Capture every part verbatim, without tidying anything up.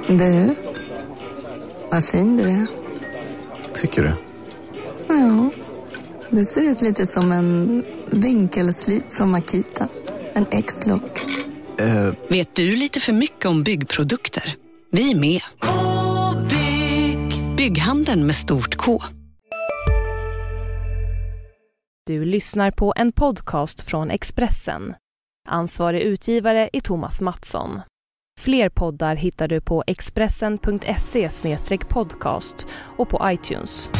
Du, vad fin du är. Tycker du? Ja, du ser ut lite som en vinkelslip från Makita. En X-look. Uh. Vet du lite för mycket om byggprodukter? Vi är med. K-bygg. Bygghandeln med stort K. Du lyssnar på en podcast från Expressen. Ansvarig utgivare är Thomas Mattsson. Fler poddar hittar du på expressen punkt se slash podcast och på iTunes.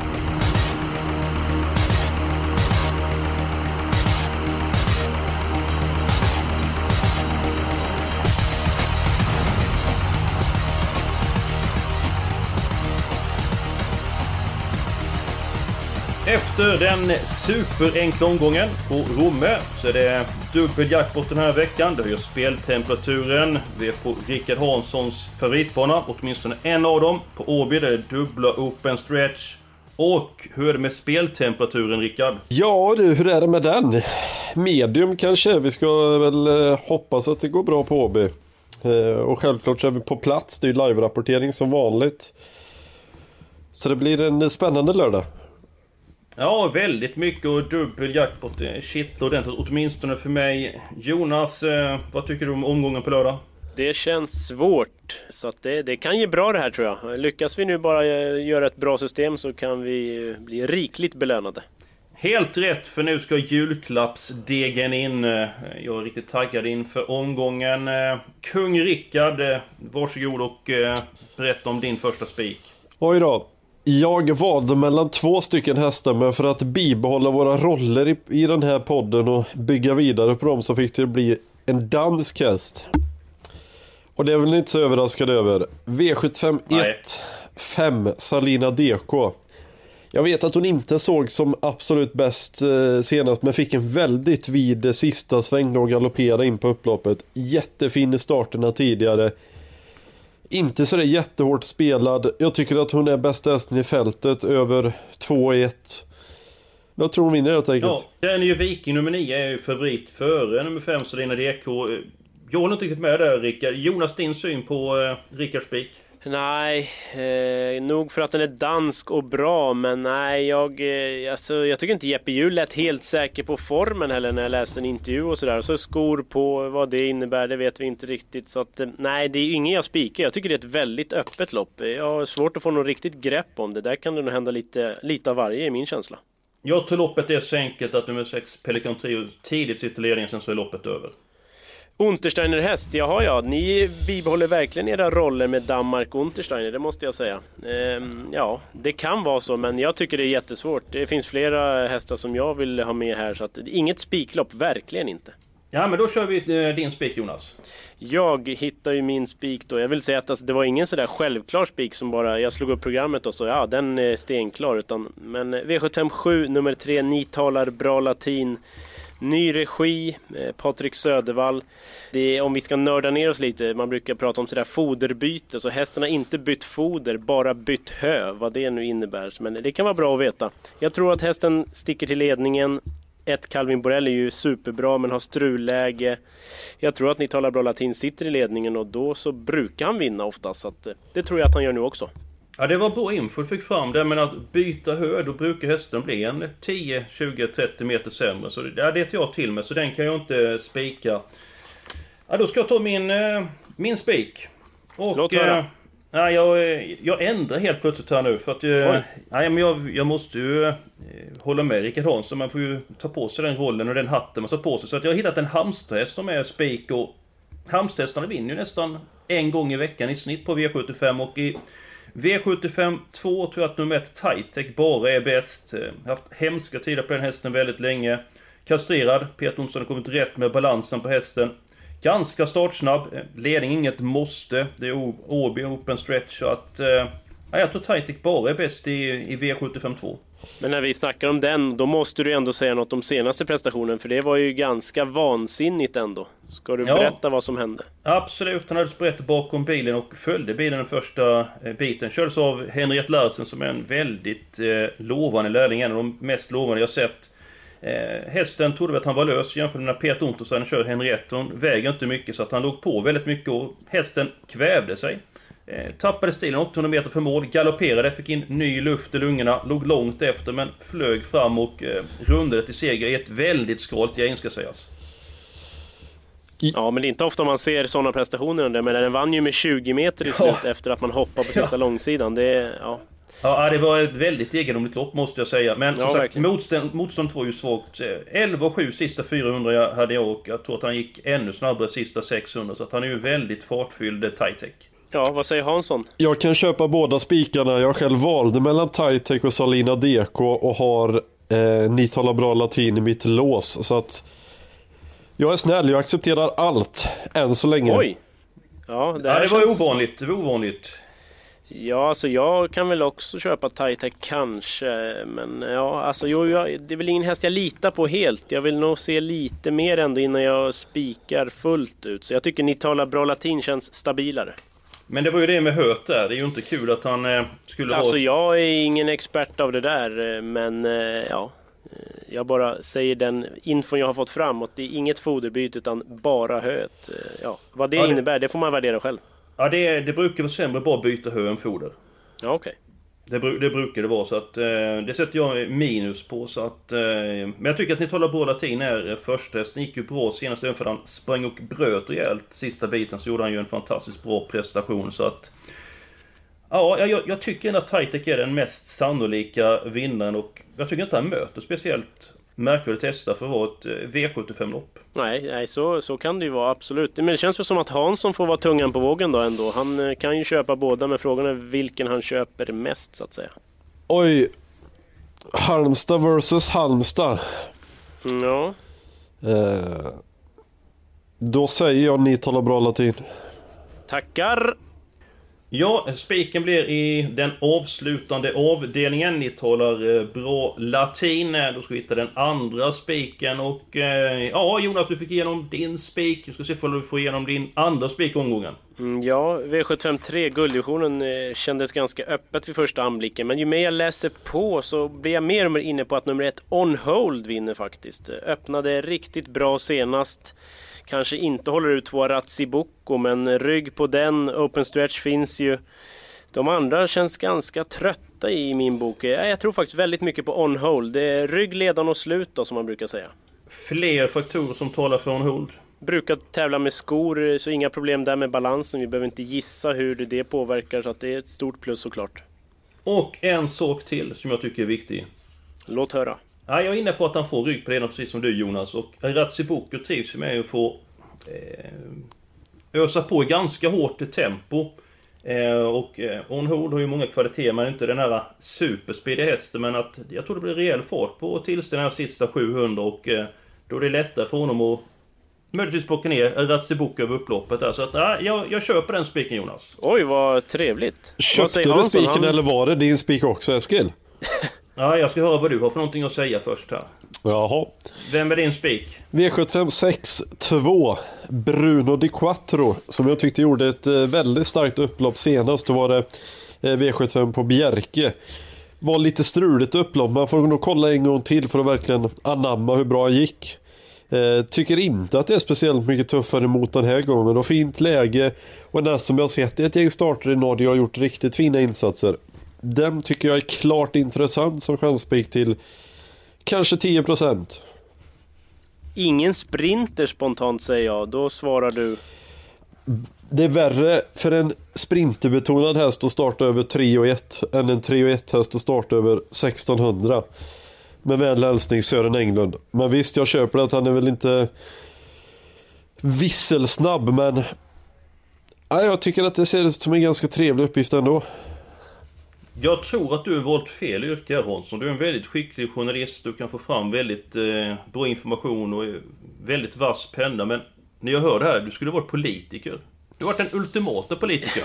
Efter den superenkla omgången på Romme så är det dubbel jackpot den här veckan. Det är ju speltemperaturen. Vi är på Rickard Hanssons favoritbana, åtminstone en av dem. På Åby där det är dubbla open stretch. Och hur är det med speltemperaturen, Rickard? Ja du, hur är det med den? Medium kanske. Vi ska väl eh, hoppas att det går bra på Åby. Eh, och självklart så är vi på plats. Det är ju live-rapportering som vanligt. Så det blir en spännande lördag. Ja, väldigt mycket och dubbel jackpot. Shit ordentligt, åtminstone för mig. Jonas, eh, vad tycker du om omgången på lördag? Det känns svårt, så att det, det kan ge bra det här tror jag. Lyckas vi nu bara göra ett bra system så kan vi bli rikligt belönade. Helt rätt, för nu ska julklappsdegen in. Jag är riktigt taggad inför omgången. Kung Rickard, varsågod och berätta om din första spik. Oj då. Jag valde mellan två stycken hästar, men för att bibehålla våra roller i, i den här podden och bygga vidare på dem så fick det bli en dansk häst. Och det är väl inte så överraskad över. V sjuttiofem ett fem Salina D K. Jag vet att hon inte såg som absolut bäst eh, senast, men fick en väldigt vid sista sväng och galopperade in på upploppet. Jättefin i starterna tidigare. Inte så det är jättehårt spelad. Jag tycker att hon är bästa hästen i fältet över två ett. Jag tror hon vinner helt enkelt. Ja, den är ju Viking nummer nio är ju favorit före nummer fem Salina D K. Jag håller inte riktigt med där, Rickard. Jonas, din syn på eh, Rickards spik? Nej, eh, nog för att den är dansk och bra, men nej, jag, eh, alltså, jag tycker inte Jeppe Hjul lät helt säker på formen heller när jag läste en intervju och sådär. Och så skor på vad det innebär, det vet vi inte riktigt. Så att, eh, nej, det är ingen jag spikar. Jag tycker det är ett väldigt öppet lopp. Jag har svårt att få något riktigt grepp om det. Där kan det nog hända lite, lite av varje i min känsla. Jag tror loppet är så enkelt att nummer sex Pelikan Trio tidigt sitter ledningen, sen så är loppet över. Untersteiner häst, jaha ja, ni bibehåller verkligen era roller med Danmark och Untersteiner, det måste jag säga. Ehm, ja, det kan vara så, men jag tycker det är jättesvårt. Det finns flera hästar som jag vill ha med här, så att inget spiklopp, verkligen inte. Ja, men då kör vi eh, din spik, Jonas. Jag hittar ju min spik då. Jag vill säga att alltså, det var ingen sådär självklar spik som bara, jag slog upp programmet och så, ja, den är stenklar. Utan, men V sjuttiofem nummer tre, Ni talar bra latin. Ny regi, eh, Patrik Södervall. Det är, om vi ska nörda ner oss lite, man brukar prata om sådär foderbyte. Så hästen har inte bytt foder, bara bytt hö, vad det nu innebär. Men det kan vara bra att veta. Jag tror att hästen sticker till ledningen. Ett Calvin Borrell är ju superbra men har strulläge. Jag tror att Ni talar bra latin sitter i ledningen och då så brukar han vinna ofta. Så att, det tror jag att han gör nu också. Ja, det var bra info du fick fram det, men att byta hö, då brukar hästen bli en tio, tjugo, trettio meter sämre. Så det, det tar jag till med, så den kan jag inte spika. Ja, då ska jag ta min, min spik. Och, Låt höra. Eh, ja, jag, jag ändrar helt plötsligt här nu, för att eh, ja, men jag, jag måste ju eh, hålla med Rickard Hansson. Man får ju ta på sig den rollen och den hatten man satt på sig. Så att jag har hittat en hamsterhäst som är spik, och hamsterhästarna vinner ju nästan en gång i veckan i snitt på V sjuttiofem, och i V sjuttiofem två tror jag att nummer ett Titec bara är bäst. Jag har haft hemska tider på den hästen väldigt länge. Kastrerad, Peter Olsson har kommit rätt med balansen på hästen. Ganska startsnabb, ledning inget måste. Det är Åby open stretch, så att ja, jag tror Titec bara är bäst i, i V sjuttiofem två. Men när vi snackar om den, då måste du ändå säga något om senaste prestationen, för det var ju ganska vansinnigt ändå. Ska du berätta ja. vad som hände? Absolut, han hade sprett bakom bilen och följde bilen den första biten. Kördes av Henriette Larsen som är en väldigt eh, lovande lärling, en av de mest lovande jag sett. Eh, hästen trodde att han var lös jämfört med när Peter Untersteiner kör Henriette. Hon väger inte mycket, så att han låg på väldigt mycket och hästen kvävde sig. Eh, tappade stilen åttahundra meter för mål, galopperade, fick in ny luft i lungorna, låg långt efter men flög fram och eh, rundade till seger i ett väldigt skralt gäng ska sägas. Ja, men det är inte ofta man ser sådana prestationer där, men den vann ju med tjugo meter i slut ja. efter att man hoppade på sista ja. långsidan. Det, ja. ja, det var ett väldigt egendomligt lopp måste jag säga. Men som ja, sagt, motstånd, motstånd var ju svagt. elva och sju sista fyrahundra hade jag och jag tror att han gick ännu snabbare sista sexhundra. Så att han är ju väldigt fartfylld Titec. Ja, vad säger Hansson? Jag kan köpa båda spikarna. Jag själv valde mellan Titec och Salina D K och har eh, Ni talar bra latin i mitt lås. Så att jag är snäll, jag accepterar allt än så länge. Oj! Ja, det, ja, det var känns... ovanligt, det var ovanligt. Ja, alltså jag kan väl också köpa Titec kanske. Men ja, alltså jo, jag, det är väl ingen häst jag litar på helt. Jag vill nog se lite mer ändå innan jag spikar fullt ut. Så jag tycker Ni talar bra latin känns stabilare. Men det var ju det med Höt där. Det är ju inte kul att han eh, skulle alltså, ha... Alltså jag är ingen expert av det där. Men eh, ja... Jag bara säger den infon jag har fått fram att det är inget foderbyte utan bara höet. Ja, vad det, ja, det innebär, det får man värdera själv. Ja, det, det brukar vara sämre bara byta hö än foder. Ja, okej. Okay. Det, det brukar det vara så att eh, det sätter jag minus på så att eh, men jag tycker att Ni talar bra latin är första hästen gick ju bra senast även för han sprang och bröt rejält sista biten så gjorde han ju en fantastiskt bra prestation så att ja, jag, jag tycker att Titec är den mest sannolika vinnaren och jag tycker inte han möter speciellt märkvärdigt testa för att vara ett V sjuttiofem-lopp. Nej, nej så, så kan det ju vara, absolut. Men det känns väl som att Hansson får vara tungan på vågen då ändå. Han kan ju köpa båda, men frågan är vilken han köper mest så att säga. Oj, Halmstad versus Halmstad. Ja. Eh, då säger jag Ni talar bra latin. Tackar! Ja, spiken blir i den avslutande avdelningen. Ni talar eh, bra latin. Då ska vi hitta den andra spiken. Och eh, ja, Jonas, du fick igenom din spik. Du ska se om du får igenom din andra spik omgången. Mm, ja, V sjuttiofem tre gulddivisionen eh, kändes ganska öppet vid första anblicken. Men ju mer jag läser på så blir jag mer och mer inne på att nummer ett On Hold vinner faktiskt. Öppnade riktigt bra senast. Kanske inte håller ut två Ratsiboko, men rygg på den, open stretch finns ju. De andra känns ganska trötta i min bok. Jag tror faktiskt väldigt mycket på On Hold. Det är rygg, ledan och slut då, som man brukar säga. Fler faktorer som talar för On Hold. Brukar tävla med skor, så inga problem där med balansen. Vi behöver inte gissa hur det påverkar, så att det är ett stort plus såklart. Och en sak till som jag tycker är viktig. Låt höra. Ja, jag är inne på att han får rygg på det, precis som du Jonas. Och Ratsiboko trivs med att få eh, ösa på i ganska hårt tempo. Eh, och eh, On Hold har ju många kvaliteter, men inte den här superspeediga hästen. Men att jag tror det blir rejäl fart på tills den här sista sjuhundra. Och eh, då är det lättare för honom att möjligtvis plocka ner Ratsiboko över upploppet där. Så att, ja, jag, jag köper den spiken, Jonas. Oj, vad trevligt. Köpte du spiken han... eller var det din spik också, Eskil? Ja, jag ska höra vad du har för någonting att säga först här. Jaha. Vem är din spik? V sjuttiofem sex två Bruno Di Quattro, som jag tyckte gjorde ett väldigt starkt upplopp senast. Då var det V sjuttiofem på Bjerke. Var lite struligt upplopp. Man får nog kolla en gång till för att verkligen anamma hur bra det gick. Tycker inte att det är speciellt mycket tuffare mot den här gången. Och fint läge. Och näst som jag har sett ett gäng starter i Norge har gjort riktigt fina insatser. Den tycker jag är klart intressant som chanspik till kanske tio procent. Ingen sprinter spontant säger jag. Då svarar du. Det är värre för en sprinterbetonad häst att starta över tre och ett än en tre och ett häst att starta över sextonhundra. Med vänlig hälsning Sören Englund. Men visst, jag köper att han är väl inte visselsnabb, men ja, jag tycker att det ser ut som en ganska trevlig uppgift ändå. Jag tror att du har valt fel yrke, Hansson. Du är en väldigt skicklig journalist. Du kan få fram väldigt eh, bra information och väldigt vass penna. Men när jag hör det här, du skulle vara politiker. Du har varit en ultimata politiker.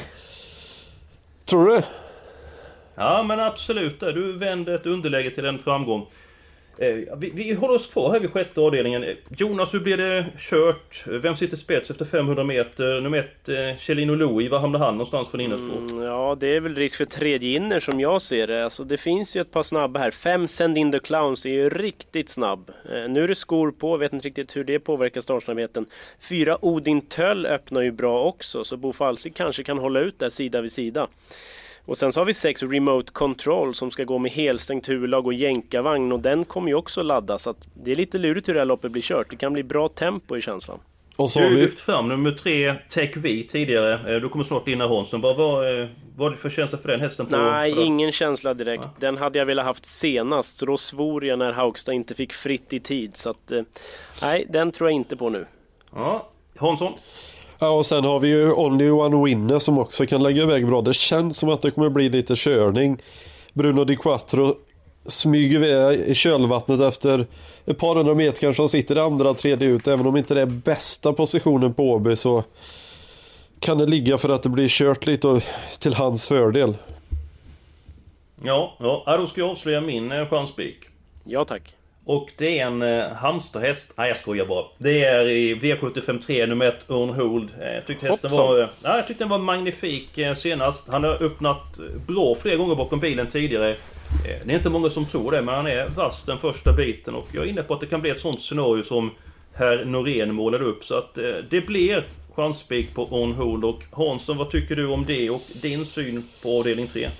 Tror du? Ja, men absolut. Du vänder ett underläge till en framgång. Eh, vi, vi håller oss kvar här vid sjätte avdelningen. Jonas, hur blir det kört? Vem sitter spets efter femhundra meter? Nummer ett, eh, Chelino Louis, var hamnar han någonstans från innerspår? Mm, ja, det är väl risk för tredje inner som jag ser det. Alltså, det finns ju ett par snabba här. Fem Send in the Clowns är ju riktigt snabb. Eh, nu är det skor på, vet inte riktigt hur det påverkar startsnabbheten. Fyra Odin Töll öppnar ju bra också, så Bo Falsig kanske kan hålla ut där sida vid sida. Och sen så har vi sex Remote Control som ska gå med helstängt huvudlag och jänkarvagn, och den kommer ju också ladda, så att det är lite lurigt hur det här loppet blir kört. Det kan bli bra tempo i känslan. Och så du har vi... lyft fram nummer tre Tech V tidigare. Du kommer snart in i Hansson. Vad var, var det för känsla för den hästen? På, Nej, på ingen känsla direkt. Ja. Den hade jag velat haft senast, så då svor jag när Haugstad inte fick fritt i tid. Så att, eh, nej, den tror jag inte på nu. Ja, Hansson. Ja, och sen har vi ju Only One Winner som också kan lägga iväg bra. Det känns som att det kommer bli lite körning. Bruno Di Quattro smyger iväg i kölvattnet efter ett par hundra meter, kanske han sitter i andra, tredje ut. Även om inte det är bästa positionen på Åby, så kan det ligga för att det blir kört lite till hans fördel. Ja, ja, då ska jag avslöja min eh, chanspik. Ja, tack. Och det är en eh, hamsterhäst. Nej, jag skojar bara. Det är i V sjuttiofem tre nummer ett Earn Hold. Eh, jag tyckte hästen Hoppsan. var, eh, ja, jag tyckte den var magnifik eh, senast. Han har öppnat bra flera gånger bakom bilen tidigare. Eh, det är inte många som tror det, men han är vass den första biten. Och jag är inne på att det kan bli ett sånt scenario som herr Norén målade upp. Så att eh, det blir chanspik på Earn Hold. Och Hansson, vad tycker du om det och din syn på avdelning tre?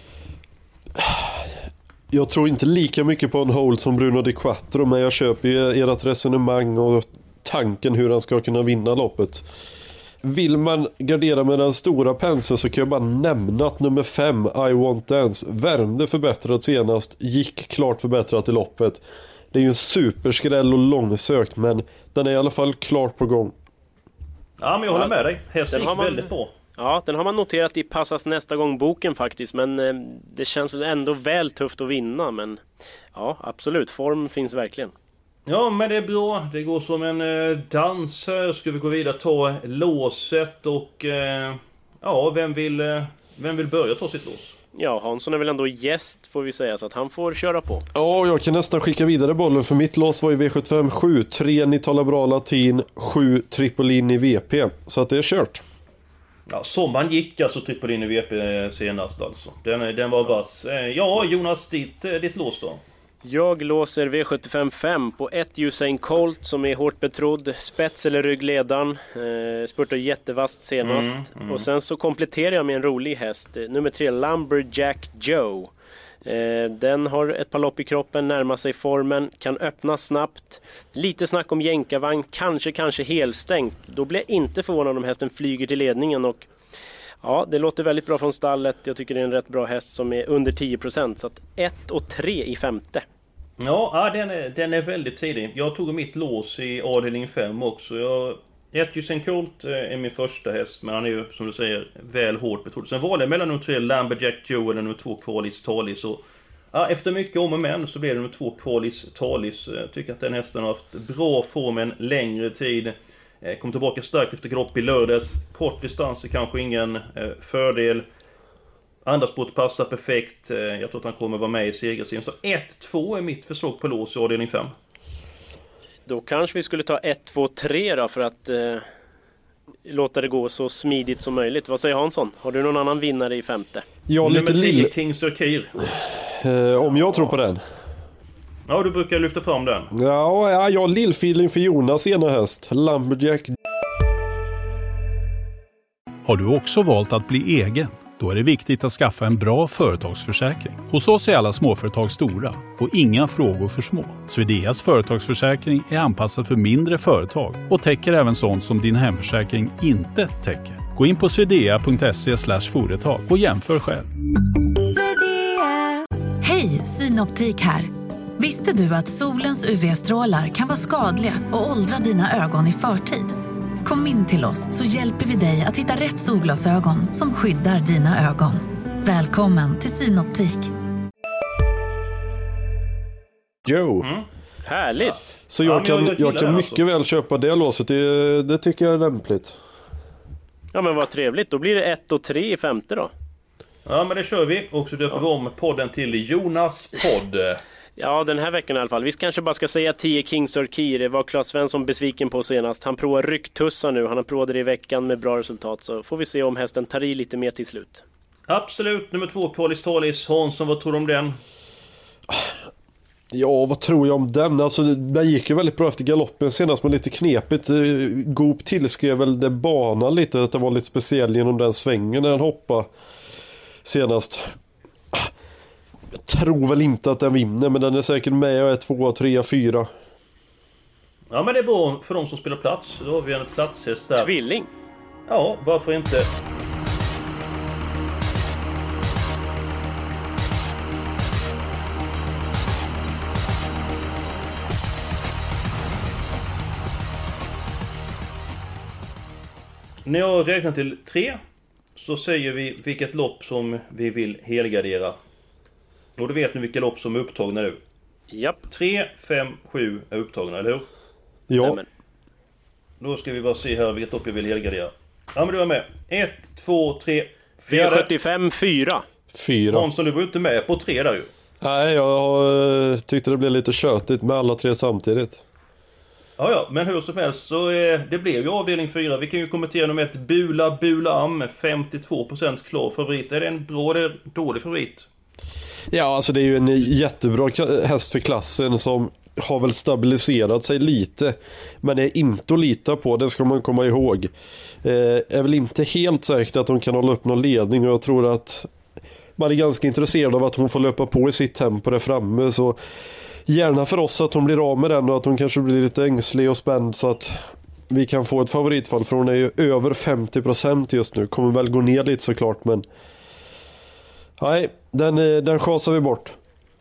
Jag tror inte lika mycket på en hold som Bruno Di Quattro, men jag köper ju ert resonemang och tanken hur han ska kunna vinna loppet. Vill man gardera med den stora penseln så kan jag bara nämna att nummer fem, I Want Dance, värmde förbättrat senast, gick klart förbättrat i loppet. Det är ju en superskräll och långsökt, men den är i alla fall klart på gång. Ja, men jag håller med dig. Hästen gick man... väldigt bra. Ja, den har man noterat i Passas nästa gång boken faktiskt, men eh, det känns ändå väl tufft att vinna, men ja, absolut, form finns verkligen. Ja, men det är bra. Det går som en eh, dans här. Ska vi gå vidare och ta låset och eh, ja, vem vill, eh, vem vill börja ta sitt lås? Ja, Hansson är väl ändå gäst får vi säga, så att han får köra på. Ja, jag kan nästan skicka vidare bollen, för mitt lås var i V sjuttiofem sju, tre Nitala Bra Latin, sju Tripolini V P, så att det är kört. Ja, sommaren gick alltså Tripolini V P senast alltså. Den, den var vass. Ja, Jonas, ditt, ditt lås då? Jag låser V sjuttiofem fem på ett Usain Colt som är hårt betrodd. Spets eller ryggledaren. Eh, spurtar jättevast senast. Mm, mm. Och sen så kompletterar jag med en rolig häst. Nummer tre, Lumberjack Joe. Eh, den har ett par lopp i kroppen, närmar sig formen, kan öppna snabbt. Lite snack om jänkarvagn, kanske, kanske helstängt. Då blir jag inte förvånad om hästen flyger till ledningen. Och ja, det låter väldigt bra från stallet. Jag tycker det är en rätt bra häst som är under tio procent. Så att ett och tre i femte. Ja, den är, den är väldigt tidig. Jag tog mitt lås i avdelning fem också. Jag, ett Usain Colt är min första häst, men han är ju, som du säger, väl hårt betrodd. Sen valde jag mellan nummer tre Lumberjack Joe eller nummer två Qualis Talis. Och ja, efter mycket om och men så blev det nummer två Qualis Talis. Jag tycker att den hästen har haft bra form en längre tid. Kom tillbaka starkt efter galopp i lördags. Kort distans är kanske ingen eh, fördel. Andra sport passar perfekt. Eh, jag tror att han kommer vara med i segerserien. Så ett två är mitt förslag på lås i avdelning fem. Då kanske vi skulle ta ett två tre då, för att eh, låta det gå så smidigt som möjligt. Vad säger Hansson? Har du någon annan vinnare i femte? Ja, lite lill... King Sir Keir. Eh, om jag tror på den. Ja, du brukar lyfta fram den. Ja, ja jag har lillfeeling för Jonas ena höst. Lumberjack. Har du också valt att bli egen? Då är det viktigt att skaffa en bra företagsförsäkring. Hos oss är alla småföretag stora och inga frågor för små. Swedeas företagsförsäkring är anpassad för mindre företag och täcker även sånt som din hemförsäkring inte täcker. Gå in på swedea punkt se slash företag och jämför själv. Hej, Synoptik här. Visste du att solens U V-strålar kan vara skadliga och åldra dina ögon i förtid? Kom in till oss så hjälper vi dig att hitta rätt solglasögon som skyddar dina ögon. Välkommen till Synoptik. Joe. Mm. Härligt. Så jag Ja, kan, jag jag kan mycket alltså. väl köpa det låset. Det, det tycker jag är lämpligt. Ja, men vad trevligt. Då blir det ett och tre i femte då. Ja, men det kör vi. Och så döper vi om podden till Jonas podd. Ja, den här veckan i alla fall. Vi kanske bara ska säga tio Kingstar Key. Det var Claes Svensson besviken på senast. Han provar rycktussar nu. Han har provat det i veckan med bra resultat. Så får vi se om hästen tar i lite mer till slut. Absolut. Nummer två, Qualis Talis. Hansson, vad tror du om den? Ja, vad tror jag om den? Alltså, det gick ju väldigt bra efter galoppen senast, men lite knepigt. Goop tillskrev väl det banan lite, att det var lite speciell genom den svängen när den hoppade senast. Jag tror väl inte att den vinner, men den är säkert med och är två, tre, fyra. Ja, men det är bra för de som spelar plats. Då har vi en platshäst där. Tvilling? Ja, varför inte? När jag räknar till tre så säger vi vilket lopp som vi vill helgardera. Och du vet nu vilka lopp som är upptagna nu. Japp. tre, fem, sju är upptagna, eller hur? Ja. Stämmer. Då ska vi bara se här vilket lopp jag vill helgardera. Ja, men du är med. ett, två, tre, V sjuttiofem fyra. Fyra. Hansson, du var ju inte med på tre där ju. Nej, jag uh, tyckte det blev lite tjötigt med alla tre samtidigt. Ja, ja, men hur som helst så eh, det blev ju avdelning fyra. Vi kan ju kommentera nummer ett, Bula Bula Am, femtiotvå procent klar favorit. Är det en bra eller dålig favorit? Ja, alltså det är ju en jättebra häst för klassen som har väl stabiliserat sig lite, men är inte att lita på, det ska man komma ihåg. Eh, är väl inte helt säkert att hon kan hålla upp någon ledning, och jag tror att man är ganska intresserad av att hon får löpa på i sitt tempo där framme, så gärna för oss att hon blir av med den och att hon kanske blir lite ängslig och spänd så att vi kan få ett favoritfall, för hon är ju över femtio procent just nu. Kommer väl gå ner lite såklart, men nej, den, den chansar vi bort.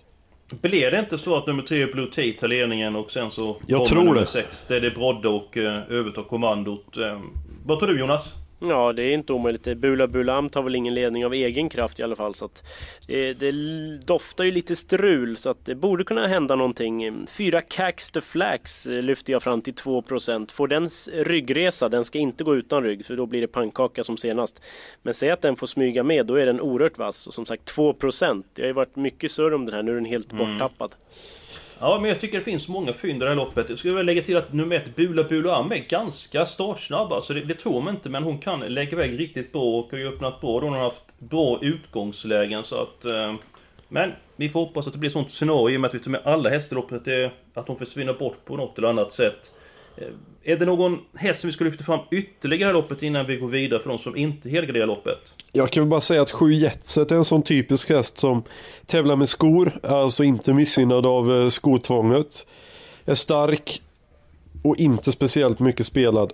Blir det inte så att nummer tre Blue Tea tar ledningen och sen så jag tror nummer det. sex, det är det Brodde och uh, övertar kommandot. Uh, vad tror du, Jonas? Ja, det är inte omöjligt. Bula Bulam tar väl ingen ledning av egen kraft i alla fall, så att det, det doftar ju lite strul, så att det borde kunna hända någonting. Fyra Cax the Flax lyfter jag fram till två procent. Får den ryggresa, den ska inte gå utan rygg, för då blir det pannkaka som senast. Men säg att den får smyga med, då är den oerhört vass. Och som sagt två procent. Det har ju varit mycket surr om den här, nu är den helt mm. borttappad. Ja, men jag tycker det finns många fynd i det här loppet. Jag skulle väl lägga till att nummer ett, Bula Bula Am, är ganska startsnabb. Alltså det, det tror man inte, men hon kan lägga iväg riktigt bra och har ju öppnat bra. Hon har haft bra utgångslägen, så att... Eh, men vi får hoppas att det blir sånt scenario med att vi tar med alla hästar i loppet, att, att hon försvinner bort på något eller annat sätt. Eh, är det någon häst som vi ska lyfta fram ytterligare loppet innan vi går vidare för de som inte helgarderar loppet? Jag kan väl bara säga att sju Jetset är en sån typisk häst som tävlar med skor, alltså inte missgynnad av skotvånget, är stark och inte speciellt mycket spelad.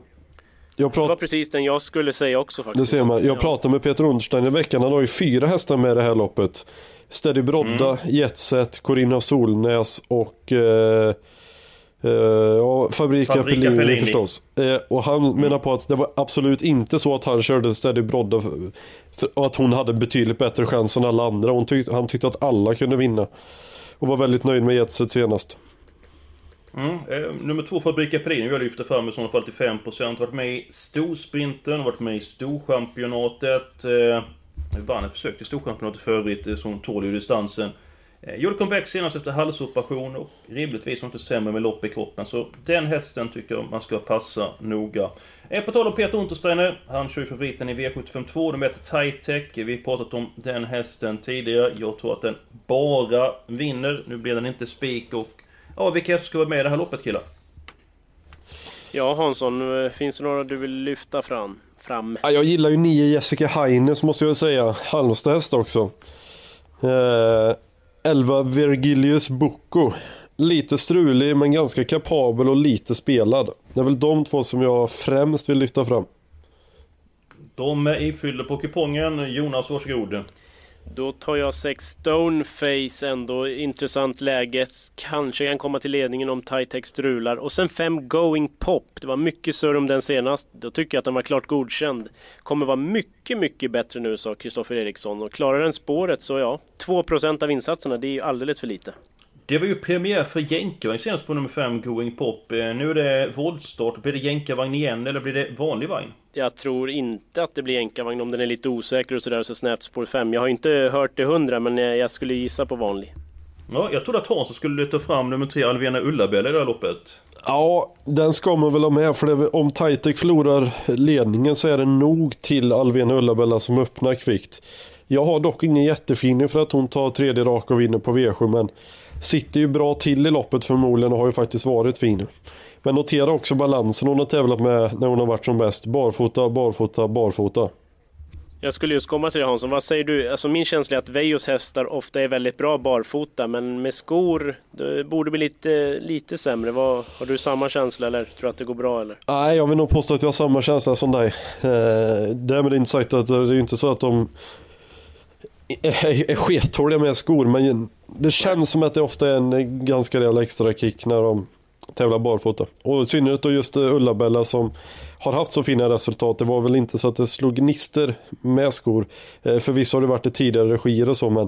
Jag prat... Det var precis den jag skulle säga också faktiskt. Det ser man. Jag pratade med Peter Understein i veckan, han har ju fyra hästar med det här loppet. Steady Brodda, mm. Jetset, Corinna Solnäs och... Eh... Uh, ja, Fabrika, Fabrika Pellini, Pellini förstås. Uh, och han mm. menar på att det var absolut inte så att han körde Steady Brodda och att hon hade betydligt bättre chans än alla andra. Hon tyck, han tyckte att alla kunde vinna och var väldigt nöjd med Jetset senast. Mm. Uh, nummer två, Fabrika Pellini, vi har lyft fram med sådana fall till fem procent. Varit med i storsprinten, varit med i storchampionatet. Uh, vann ett försök till storchampionatet för övrigt, som tål ju distansen. Gjorde comeback senast efter halsoperation och rimligtvis inte sämre med lopp i kroppen. Så den hästen tycker jag man ska passa noga. På tal om Peter Untersteiner, han kör ju favoriten i V sjuttiofem två. De heter Titech. Vi har pratat om den hästen tidigare. Jag tror att den bara vinner. Nu blir den inte spik. Och ja, vilka hästar ska vara med i det här loppet, killar? Ja, Hansson, finns det några du vill lyfta fram? fram? Ja, jag gillar ju nio Jessica Heines, måste jag säga. Halmstad häst också. Eh... elva Vergilius Bucco. Lite strulig men ganska kapabel och lite spelad. Det är väl de två som jag främst vill lyfta fram. De är ifyllda på kupongen. Jonas, varsågod. Då tar jag sex Stoneface, ändå intressant läge. Kanske kan komma till ledningen om Titech strular. Och sen fem Going Pop. Det var mycket surr om den senast. Då tycker jag att den var klart godkänd. Kommer vara mycket, mycket bättre nu, sa Kristoffer Eriksson. Och klarar den spåret så ja, två procent av insatserna, det är ju alldeles för lite. Det var ju premiär för jänkarvagn senast på nummer fem Going Pop. Nu är det våldstart. Blir det jänkarvagn igen eller blir det vanlig vagn? Jag tror inte att det blir jänkarvagn om den är lite osäker och sådär, så snävt spår fem. Jag har inte hört det hundra, men jag skulle gissa på vanlig. Ja, jag trodde att Hansson skulle ta fram nummer tre Alvena Ullabella i det här loppet. Ja, den ska man väl ha med, för det, om Taitek förlorar ledningen så är det nog till Alvena Ullabella som öppnar kvickt. Jag har dock ingen jättefin för att hon tar tredje rak och vinner på V sju, men sitter ju bra till i loppet förmodligen och har ju faktiskt varit fin. Men notera också balansen hon har tävlat med när hon har varit som bäst. Barfota, barfota, barfota. Jag skulle just komma till det, Hansson. Vad säger du? Alltså min känsla är att Vejos hästar ofta är väldigt bra barfota, men med skor det borde bli lite, lite sämre. Vad, har du samma känsla eller tror du att det går bra? Eller? Nej, jag vill nog påstå att jag har samma känsla som dig. Eh, därmed inte sagt att det är inte så att de är, är skethåliga med skor, men det känns som att det ofta är en ganska rejäl extra kick när de tävlar barfota. Och i synnerhet då just Ullabella som har haft så fina resultat. Det var väl inte så att det slog gnister med skor. Eh, förvisso har det varit det tidigare regier och så, men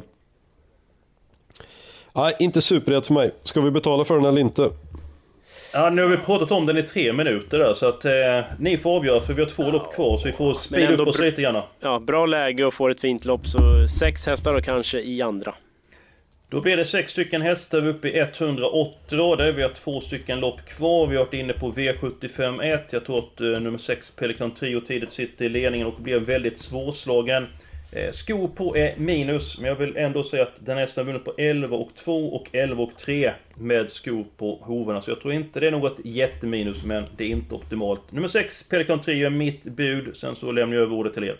nej, inte superrätt för mig. Ska vi betala för den eller inte? Ja, nu har vi pratat om den i tre minuter där, så att eh, ni får avgöra, för vi har två ja, lopp kvar, så vi får speeda upp oss lite grann. Ja, bra läge och får ett fint lopp, så sex hästar och kanske i andra. Då blir det sex stycken hästar, vi är uppe i etthundraåttio då. Där vi har två stycken lopp kvar. Vi har varit inne på V sjuttiofem ett. Jag tror att uh, nummer sex Pelikan Trio tidigt sitter i ledningen och blir väldigt svårslagen. Eh, skor på är minus, men jag vill ändå säga att den hästen har vunnit på elva och två och elva och tre med skor på hovarna. Så jag tror inte det är något jätteminus, men det är inte optimalt. Nummer sex Pelikan Trio är mitt bud. Sen så lämnar jag över ordet till er.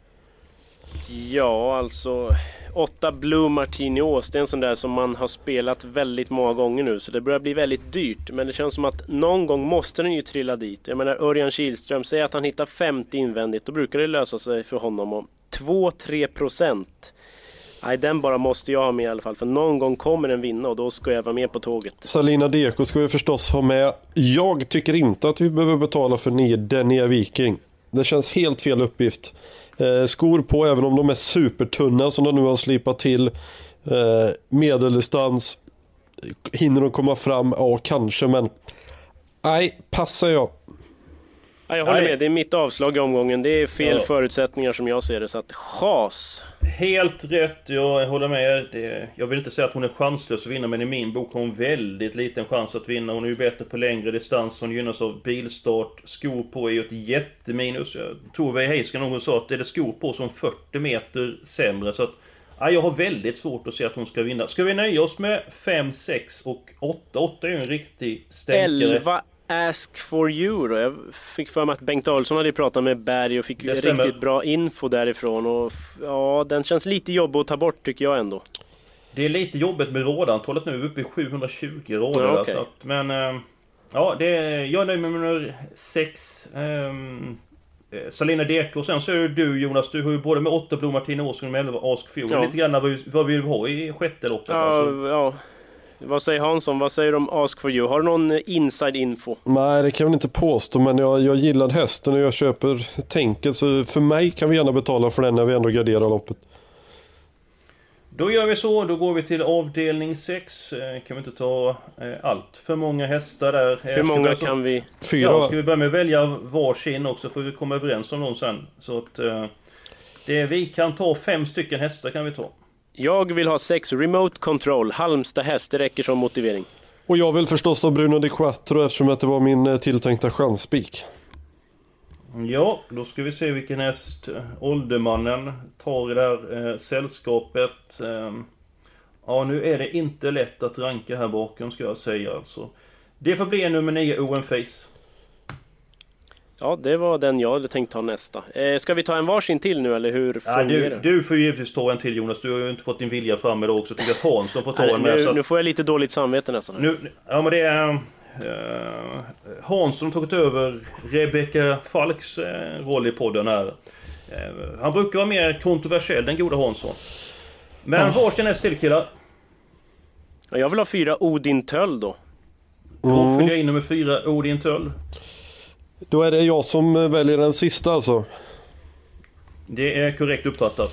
Ja, alltså åtta Blue Martini Ås, det är en sån där som man har spelat väldigt många gånger nu, så det börjar bli väldigt dyrt, men det känns som att någon gång måste den ju trilla dit. Jag menar, Örjan Kihlström säger att han hittar femtio invändigt, då brukar det lösa sig för honom om två till tre procent. Nej, den bara måste jag ha med i alla fall, för någon gång kommer den vinna och då ska jag vara med på tåget. Salina Deko ska vi förstås ha med. Jag tycker inte att vi behöver betala för nio Denia Viking. Det känns helt fel uppgift. Eh, skor på, även om de är supertunna som de nu har slipat till. Eh, medeldistans. Hinner de komma fram? Ja, kanske, men nej, passar jag. Ja, jag håller med, det är mitt avslag i omgången. Det är fel ja. förutsättningar som jag ser det, så att chas. Helt rätt, jag håller med. Det, jag vill inte säga att hon är chanslös att vinna, men i min bok har hon väldigt liten chans att vinna. Hon är ju bättre på längre distans, hon gynnas av bilstart. Skor på är ju ett jätteminus. Jag tror Tove Heiska någon sa att det är det skor på som fyrtio meter sämre, så att ja, jag har väldigt svårt att se att hon ska vinna. Ska vi nöja oss med fem, sex och åtta? åtta är ju en riktig stänkare. elva Ask for you då. Jag fick för mig att Bengt Ahlsson hade pratat med Berg och fick riktigt bra info därifrån. Och ja, den känns lite jobbig att ta bort, tycker jag ändå. Det är lite jobbigt med rådantalet nu, vi är uppe i sjuhundratjugo rådar. Ja, okay. Så men äh, ja, det är, jag är nöjd med nummer sex. Ähm, Salina Deko, och sen så är du, Jonas, du har ju både med åtta Blue Martini Ås och med elva Ask for you. Ja. Lite grann vad, vad vi vill ha i sjätte loppet. Ja, alltså. ja. Vad säger Hansson? Vad säger du om Ask for you? Har du någon inside info? Nej, det kan jag inte påstå, men jag, jag gillar hästen och jag köper tänket, så för mig kan vi gärna betala för den när vi ändå garderar loppet. Då gör vi så, då går vi till avdelning sex. Kan vi inte ta eh, allt för många hästar där? Hur många vi kan vi? Fyra. Ja, ska vi börja med att välja varsin också, får vi komma överens om dem sen. Så att eh, det, vi kan ta fem stycken hästar kan vi ta. Jag vill ha sex Remote Control, Halmstad häst, det räcker som motivering. Och jag vill förstås ha Bruno Di Quattro eftersom att det var min tilltänkta chanspik. Ja, då ska vi se vilken häst åldermannen tar i det här eh, sällskapet. Eh, ja, nu är det inte lätt att ranka här bakom, ska jag säga. Alltså. Det får bli nummer nio, Owen Face. Ja, det var den jag hade tänkt ta nästa. Eh, ska vi ta en varsin till nu, eller hur fungerar det? Ja, du, du får ju givetvis ta en till, Jonas. Du har ju inte fått din vilja fram idag också. Tycker att Hansson får ta Nej, en med. Nu, så att... nu får jag lite dåligt samvete nästan. Nu, ja, men det är... Uh, Hansson har tagit över Rebecca Falks uh, roll i podden här. Uh, han brukar vara mer kontroversiell, den goda Hansson. Men oh. varsin häst till, killar? Ja, jag vill ha fyra Odin Töll då. Mm. Då fyller jag in nummer fyra, Odin Töll. Då är det jag som väljer den sista alltså. Det är korrekt uppfattat.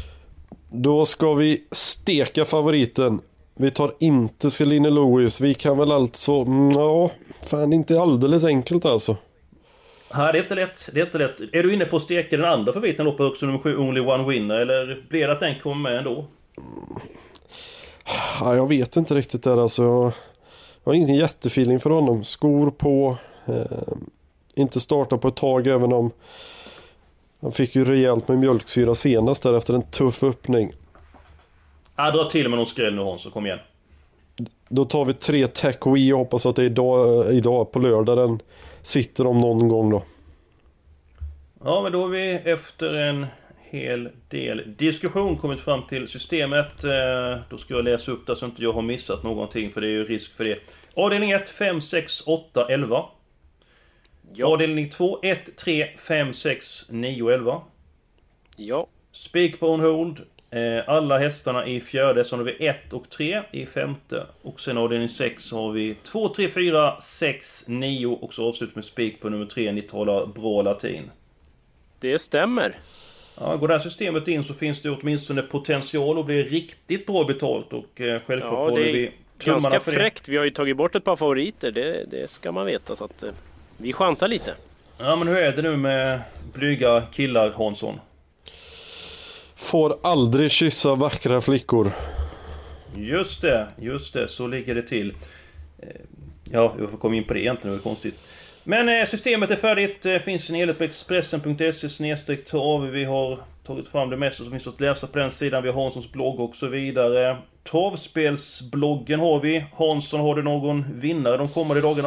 Då ska vi steka favoriten. Vi tar inte Celine Lewis. Vi kan väl alltså... Ja, fan, inte alldeles enkelt alltså. Nej, det är inte lätt. Det är inte lätt. Är du inne på att steka den andra favoriten loppet också, nummer sju, Only One Winner? Eller blir det att den kommer med ändå? Ja, jag vet inte riktigt där alltså. Jag har ingen jättefeeling för honom. Skor på. Eh, inte starta på ett tag även om han fick ju rejält med mjölksyra senast där efter en tuff öppning. Jag drar till med någon skräll nu, Hans, så kom igen. Då tar vi tre Techwee och hoppas att det är idag, idag på lördag den sitter om någon gång då. Ja, men då har vi efter en hel del diskussion kommit fram till systemet. Då ska jag läsa upp det så inte jag har missat någonting, för det är ju risk för det. Avdelning ett, fem, sex, åtta, elva. Ja. Avdelning två, ett, tre, fem, sex, nio, elva. Ja. Speak på on hold. Alla hästarna i fjärde, så har vi ett och tre i femte. Och sen avdelning sex har vi två, tre, fyra, sex, nio. Och så avslut med speak på nummer tre, ni talar bra latin. Det stämmer. Ja, går det här systemet in så finns det åtminstone potential att bli riktigt bra betalt. Och eh, självklart ja, håller det är vi ganska fräckt. Vi har ju tagit bort ett par favoriter, det, det ska man veta. Så att eh, vi chansar lite. Ja, men hur är det nu med blyga killar, Hansson? Får aldrig kyssa vackra flickor. Just det, just det, så ligger det till. Ja, jag får komma in på det egentligen, det är konstigt. Men systemet är färdigt, det finns en hel på expressen punkt se snedstreck trav. Vi har tagit fram det mesta som finns att läsa på den sidan. Vi har Hanssons blogg och så vidare. Travspelsbloggen har vi. Hansson, har du någon vinnare de kommande dagarna?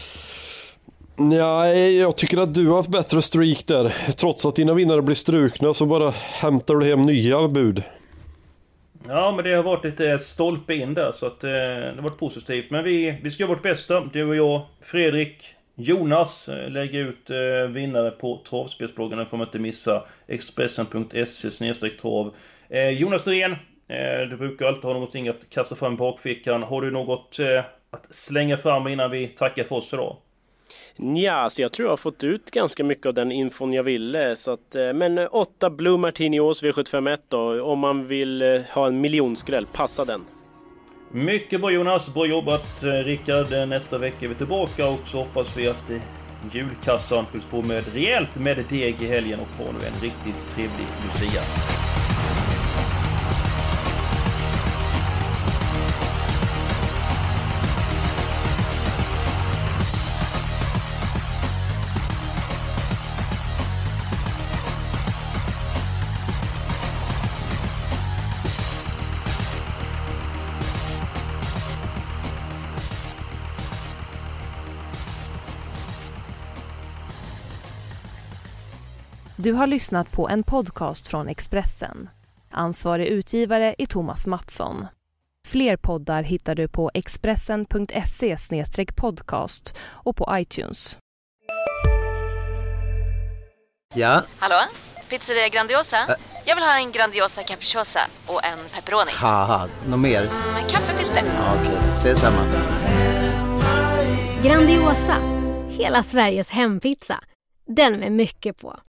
Nej, jag tycker att du har haft bättre streak där. Trots att dina vinnare blir strukna så bara hämtar du hem nya bud. Ja, men det har varit lite stolpe in där, så att eh, det har varit positivt. Men vi, vi ska göra vårt bästa. Du och jag, Fredrik, Jonas eh, lägger ut eh, vinnare på travspelsbloggen. Den får man inte missa. expressen punkt se snedstreck trav. eh, Jonas Dorén, eh, du brukar alltid ha någonting att kasta fram i bakfickan. Har du något eh, att slänga fram innan vi tackar för oss idag? Ja, så jag tror jag har fått ut ganska mycket av den infon jag ville. Så att, men åtta Blue Martini Ås V sjuttiofem ett då. Om man vill ha en miljonskräll, passa den. Mycket bra, Jonas, bra jobbat. Rickard, nästa vecka är vi tillbaka. Och så hoppas vi att julkassan fylls på med rejält med deg i helgen. Och ha nu en riktigt trevlig Lucia. Du har lyssnat på en podcast från Expressen. Ansvarig utgivare är Thomas Mattsson. Fler poddar hittar du på expressen punkt se snedstreck podcast och på iTunes. Ja? Hallå? Pizzeria Grandiosa? Ä Jag vill ha en Grandiosa capriciosa och en pepperoni. Haha, något mer? Mm, kaffefilter. Ja, okej, okay. Ses samma. Grandiosa, hela Sveriges hempizza. Den med mycket på.